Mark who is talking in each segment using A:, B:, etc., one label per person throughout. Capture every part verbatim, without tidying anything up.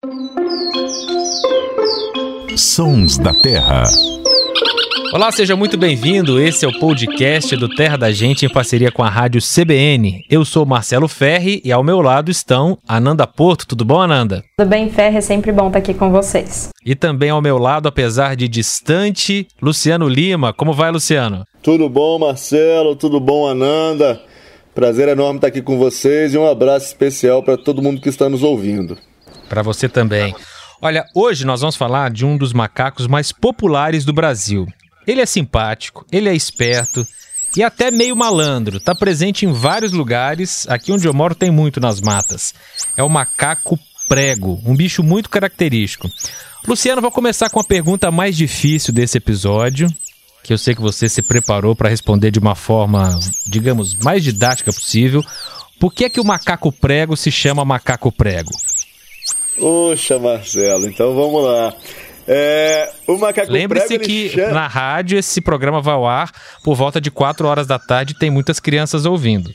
A: Sons da Terra.
B: Olá, seja muito bem-vindo. Esse é o podcast do Terra da Gente em parceria com a rádio C B N. Eu sou Marcelo Ferri e ao meu lado estão Ananda Porto. Tudo bom, Ananda?
C: Tudo bem, Ferri? É sempre bom estar aqui com vocês.
B: E também ao meu lado, apesar de distante, Luciano Lima. Como vai, Luciano?
D: Tudo bom, Marcelo? Tudo bom, Ananda? Prazer enorme estar aqui com vocês e um abraço especial para todo mundo que está nos ouvindo.
B: Para você também. Olha, hoje nós vamos falar de um dos macacos mais populares do Brasil. Ele é simpático, ele é esperto e até meio malandro. Está presente em vários lugares. Aqui onde eu moro tem muito nas matas. É o macaco prego, um bicho muito característico. Luciano, vou começar com a pergunta mais difícil desse episódio, que eu sei que você se preparou para responder de uma forma, digamos, mais didática possível. Por que é que o macaco prego se chama macaco prego?
D: Poxa, Marcelo, então vamos lá. É, o macaco
B: Lembre-se
D: prego,
B: que
D: chama...
B: na rádio esse programa vai ao ar por volta de quatro horas da tarde e tem muitas crianças ouvindo.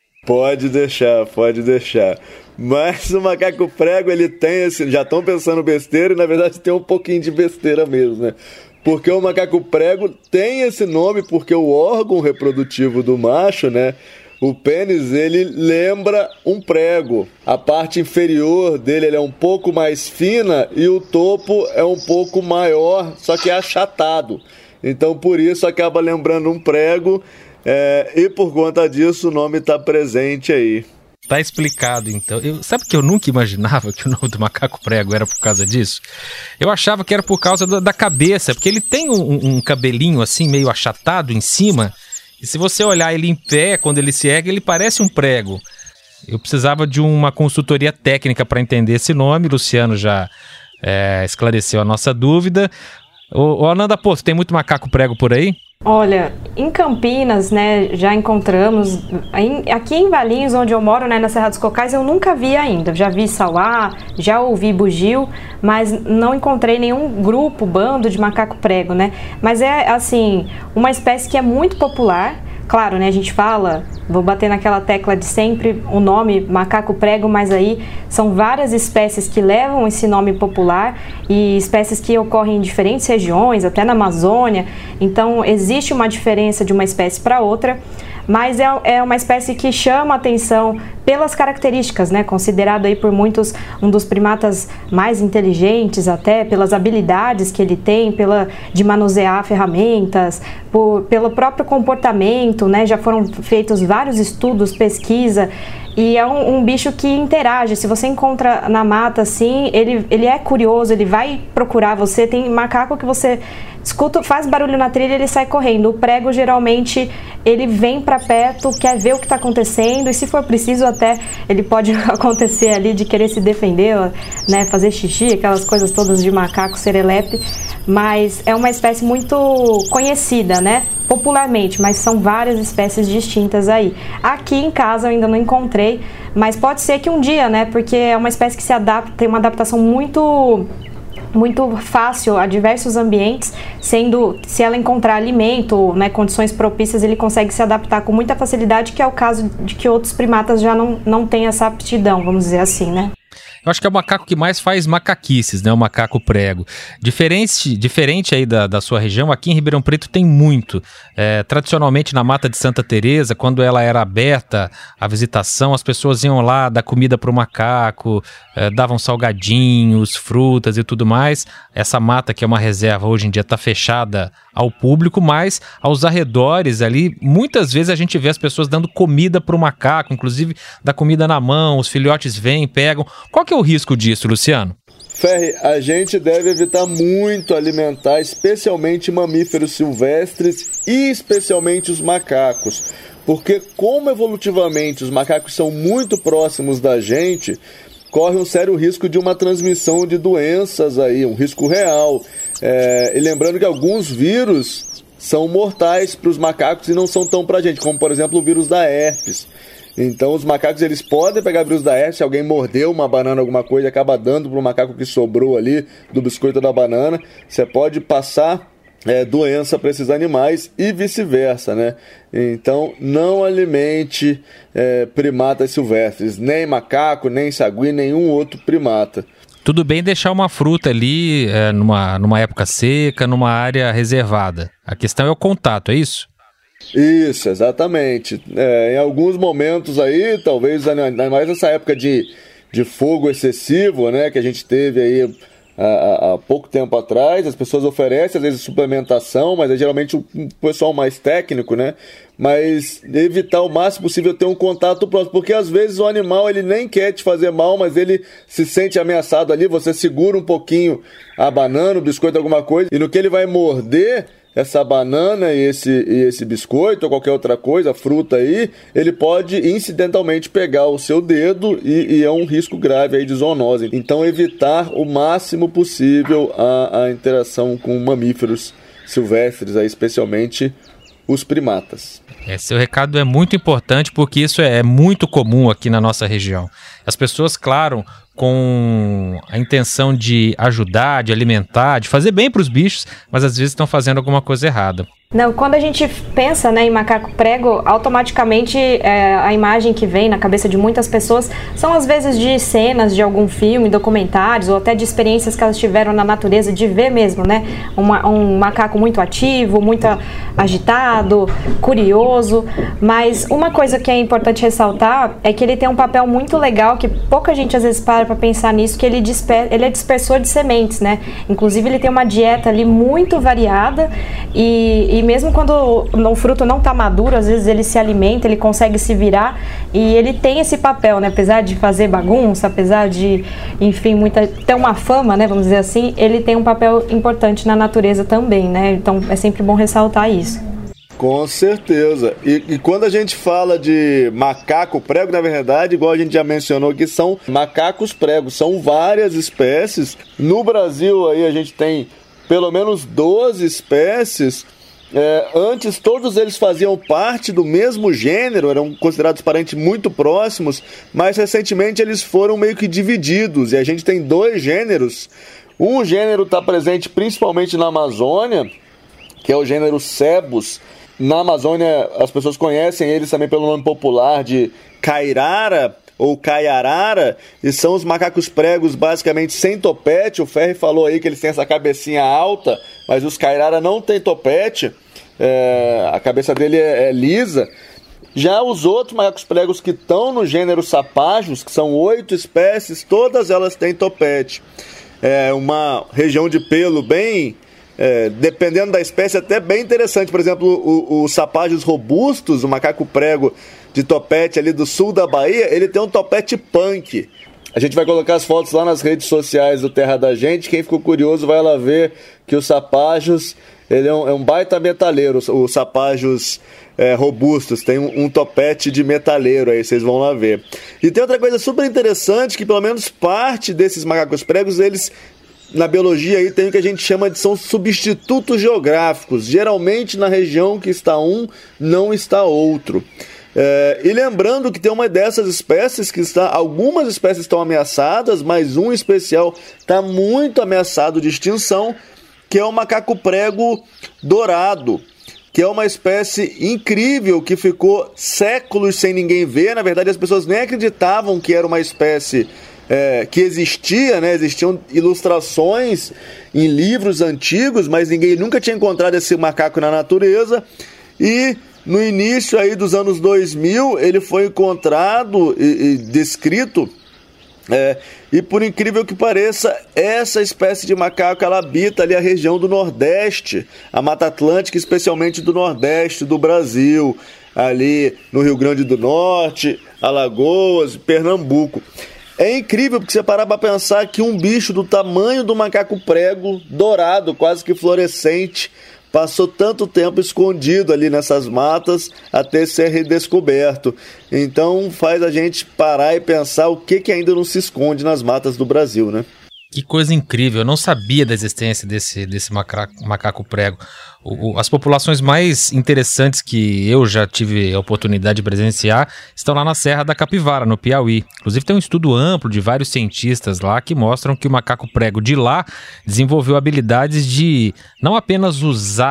D: Pode deixar, pode deixar. Mas o macaco prego, ele tem esse... Já estão pensando besteira e na verdade tem um pouquinho de besteira mesmo, né? Porque o macaco prego tem esse nome porque o órgão reprodutivo do macho, né? O pênis, ele lembra um prego. A parte inferior dele ele é um pouco mais fina e o topo é um pouco maior, só que é achatado. Então, por isso, acaba lembrando um prego é, e por conta disso o nome está presente aí.
B: Tá explicado, então. Eu, sabe que eu nunca imaginava que o nome do macaco prego era por causa disso? Eu achava que era por causa da, da cabeça, porque ele tem um, um cabelinho assim, meio achatado em cima. E se você olhar ele em pé, quando ele se ergue, ele parece um prego. Eu precisava de uma consultoria técnica para entender esse nome. Luciano já é, esclareceu a nossa dúvida. Ô, ô Ananda Porto, tem muito macaco prego por aí?
C: Olha, em Campinas, né, já encontramos, em, aqui em Valinhos, onde eu moro, né, na Serra dos Cocais, eu nunca vi ainda. Já vi sauá, já ouvi bugio, mas não encontrei nenhum grupo, bando de macaco prego, né? Mas é, assim, uma espécie que é muito popular. Claro, né, a gente fala, vou bater naquela tecla de sempre, o nome macaco prego, mas aí são várias espécies que levam esse nome popular e espécies que ocorrem em diferentes regiões, até na Amazônia. Então, existe uma diferença de uma espécie para outra, mas é, é uma espécie que chama atenção pelas características, né, considerado aí por muitos um dos primatas mais inteligentes, até pelas habilidades que ele tem, pela, de manusear ferramentas, por, pelo próprio comportamento, né, já foram feitos vários estudos, pesquisa, e é um, um bicho que interage. Se você encontra na mata assim, ele, ele é curioso, ele vai procurar você. Tem macaco que você escuta, faz barulho na trilha e ele sai correndo. O prego, geralmente, ele vem para perto, quer ver o que está acontecendo, e se for preciso até, ele pode acontecer ali de querer se defender, né, fazer xixi, aquelas coisas todas de macaco serelepe, mas é uma espécie muito conhecida, né, popularmente, mas são várias espécies distintas aí. Aqui em casa eu ainda não encontrei, mas pode ser que um dia, né, porque é uma espécie que se adapta, tem uma adaptação muito... muito fácil a diversos ambientes, sendo, se ela encontrar alimento, né, condições propícias, ele consegue se adaptar com muita facilidade, que é o caso de que outros primatas já não, não têm essa aptidão, vamos dizer assim, né?
B: Eu acho que é o macaco que mais faz macaquices, né? O macaco prego. Diferente, diferente aí da, da sua região, aqui em Ribeirão Preto tem muito. É, tradicionalmente na Mata de Santa Teresa, quando ela era aberta à visitação, as pessoas iam lá dar comida para o macaco, é, davam salgadinhos, frutas e tudo mais. Essa mata, que é uma reserva, hoje em dia está fechada ao público, mas aos arredores ali, muitas vezes a gente vê as pessoas dando comida para o macaco, inclusive dá comida na mão, os filhotes vêm, pegam. Qual que é o risco disso, Luciano?
D: Ferri, a gente deve evitar muito alimentar, especialmente mamíferos silvestres e especialmente os macacos, porque como evolutivamente os macacos são muito próximos da gente, corre um sério risco de uma transmissão de doenças aí, um risco real. É, e lembrando que alguns vírus são mortais para os macacos e não são tão para a gente, como por exemplo o vírus da herpes. Então os macacos eles podem pegar vírus da herpes, se alguém mordeu uma banana, alguma coisa, acaba dando para o macaco que sobrou ali do biscoito da banana, você pode passar é, doença para esses animais e vice-versa, né? Então não alimente é, primatas silvestres, nem macaco, nem sagui, nenhum outro primata.
B: tudo bem deixar uma fruta ali é, numa, numa época seca, numa área reservada. A questão é o contato, é isso?
D: Isso, exatamente. É, em alguns momentos aí, talvez ainda mais nessa época de, de fogo excessivo, né, que a gente teve aí há, há pouco tempo atrás, as pessoas oferecem às vezes suplementação, mas é geralmente o pessoal mais técnico, né? Mas evitar o máximo possível ter um contato próximo, porque às vezes o animal ele nem quer te fazer mal, mas ele se sente ameaçado ali, você segura um pouquinho a banana, o biscoito, alguma coisa, e no que ele vai morder essa banana e esse, e esse biscoito ou qualquer outra coisa, fruta aí, ele pode incidentalmente pegar o seu dedo e, e é um risco grave aí de zoonose. Então evitar o máximo possível a, a interação com mamíferos silvestres, aí, especialmente os primatas.
B: É, seu recado é muito importante porque isso é muito comum aqui na nossa região. As pessoas, claro, com a intenção de ajudar, de alimentar, de fazer bem para os bichos, mas às vezes estão fazendo alguma coisa errada.
C: Não, quando a gente pensa, né, em macaco prego, automaticamente é, a imagem que vem na cabeça de muitas pessoas são às vezes de cenas de algum filme, documentários ou até de experiências que elas tiveram na natureza, de ver mesmo, né, uma, um macaco muito ativo, muito agitado, curioso, mas uma coisa que é importante ressaltar é que ele tem um papel muito legal, que pouca gente às vezes para para pensar nisso, que ele, disper, ele é dispersor de sementes, né, inclusive ele tem uma dieta ali muito variada e, e E mesmo quando o fruto não está maduro, às vezes ele se alimenta, ele consegue se virar e ele tem esse papel, né? Apesar de fazer bagunça, apesar de, enfim, muita, ter uma fama, né? Vamos dizer assim, ele tem um papel importante na natureza também, né? Então é sempre bom ressaltar isso.
D: Com certeza. E, e quando a gente fala de macaco prego, na verdade, igual a gente já mencionou aqui, são macacos pregos, são várias espécies. No Brasil aí a gente tem pelo menos doze espécies. É, antes todos eles faziam parte do mesmo gênero, eram considerados parentes muito próximos, mas recentemente eles foram meio que divididos e a gente tem dois gêneros. Um gênero está presente principalmente na Amazônia, que é o gênero Cebus. Na Amazônia as pessoas conhecem eles também pelo nome popular de cairara ou caiarara, e são os macacos pregos basicamente sem topete. O Ferri falou aí que eles têm essa cabecinha alta, mas os cairara não tem topete, é, a cabeça dele é, é lisa. Já os outros macacos pregos que estão no gênero Sapajos, que são oito espécies, todas elas têm topete. É uma região de pelo bem, é, dependendo da espécie, até bem interessante. Por exemplo, os Sapajos robustos, o macaco prego de topete ali do sul da Bahia, ele tem um topete punk. A gente vai colocar as fotos lá nas redes sociais do Terra da Gente. Quem ficou curioso vai lá ver que o Sapajos, ele é um, é um baita metaleiro. Os Sapajos é, robustos tem um, um topete de metaleiro, aí vocês vão lá ver. E tem outra coisa super interessante, que pelo menos parte desses macacos pregos, eles na biologia aí tem o que a gente chama de são substitutos geográficos. Geralmente na região que está um, não está outro. É, e lembrando que tem uma dessas espécies que está, algumas espécies estão ameaçadas, mas um especial está muito ameaçado de extinção, que é o macaco prego dourado, que é uma espécie incrível que ficou séculos sem ninguém ver. Na verdade, as pessoas nem acreditavam que era uma espécie é, que existia, né? Existiam ilustrações em livros antigos, mas ninguém nunca tinha encontrado esse macaco na natureza. E no início aí dos anos dois mil, ele foi encontrado e, e descrito, é, e por incrível que pareça, essa espécie de macaco, ela habita ali a região do Nordeste, a Mata Atlântica, especialmente do Nordeste do Brasil, ali no Rio Grande do Norte, Alagoas, Pernambuco. É incrível porque você parar para pensar que um bicho do tamanho do macaco prego, dourado, quase que fluorescente, passou tanto tempo escondido ali nessas matas até ser redescoberto. Então faz a gente parar e pensar o que, que ainda não se esconde nas matas do Brasil, né?
B: Que coisa incrível, eu não sabia da existência desse, desse macaco, macaco prego. O, o, as populações mais interessantes que eu já tive a oportunidade de presenciar estão lá na Serra da Capivara, no Piauí. Inclusive tem um estudo amplo de vários cientistas lá que mostram que o macaco prego de lá desenvolveu habilidades de não apenas usar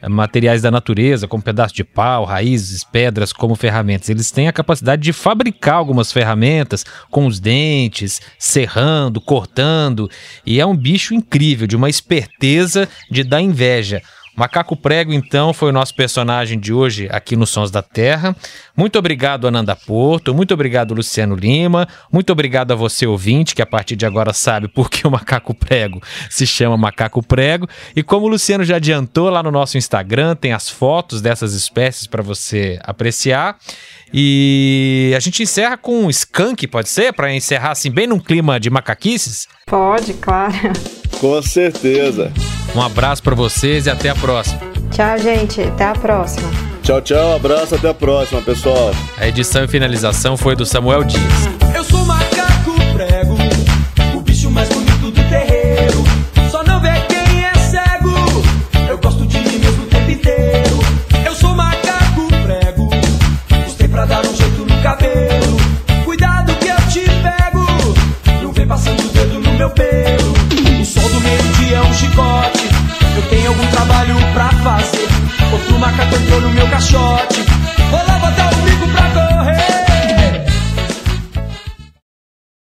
B: materiais da natureza, como pedaço de pau, raízes, pedras, como ferramentas. Eles têm a capacidade de fabricar algumas ferramentas com os dentes, serrando, cortando, e é um bicho incrível, de uma esperteza de dar inveja. Macaco Prego, então, foi o nosso personagem de hoje aqui no Sons da Terra. Muito obrigado, Ananda Porto. Muito obrigado, Luciano Lima. Muito obrigado a você, ouvinte, que a partir de agora sabe por que o Macaco Prego se chama Macaco Prego. E como o Luciano já adiantou, lá no nosso Instagram tem as fotos dessas espécies para você apreciar. E a gente encerra com um skunk, pode ser? Para encerrar assim, bem num clima de macaquices?
C: Pode, claro.
D: Com certeza.
B: Um abraço para vocês e até a próxima.
C: Tchau, gente. Até a próxima.
D: Tchau, tchau. Abraço. Até a próxima, pessoal.
B: A edição e finalização foi do Samuel Dias.
A: Eu sou macaco prego, o bicho mais bonito do terreiro. Só não vê quem é cego. Eu gosto de mim mesmo o tempo inteiro. Eu sou macaco prego, gostei pra dar um jeito no cabelo. Cuidado que eu te pego, não vem passando o dedo no meu pelo. O sol do meio-dia é um chicote, eu tenho algum trabalho pra fazer. Outro macaco entrou no meu caixote.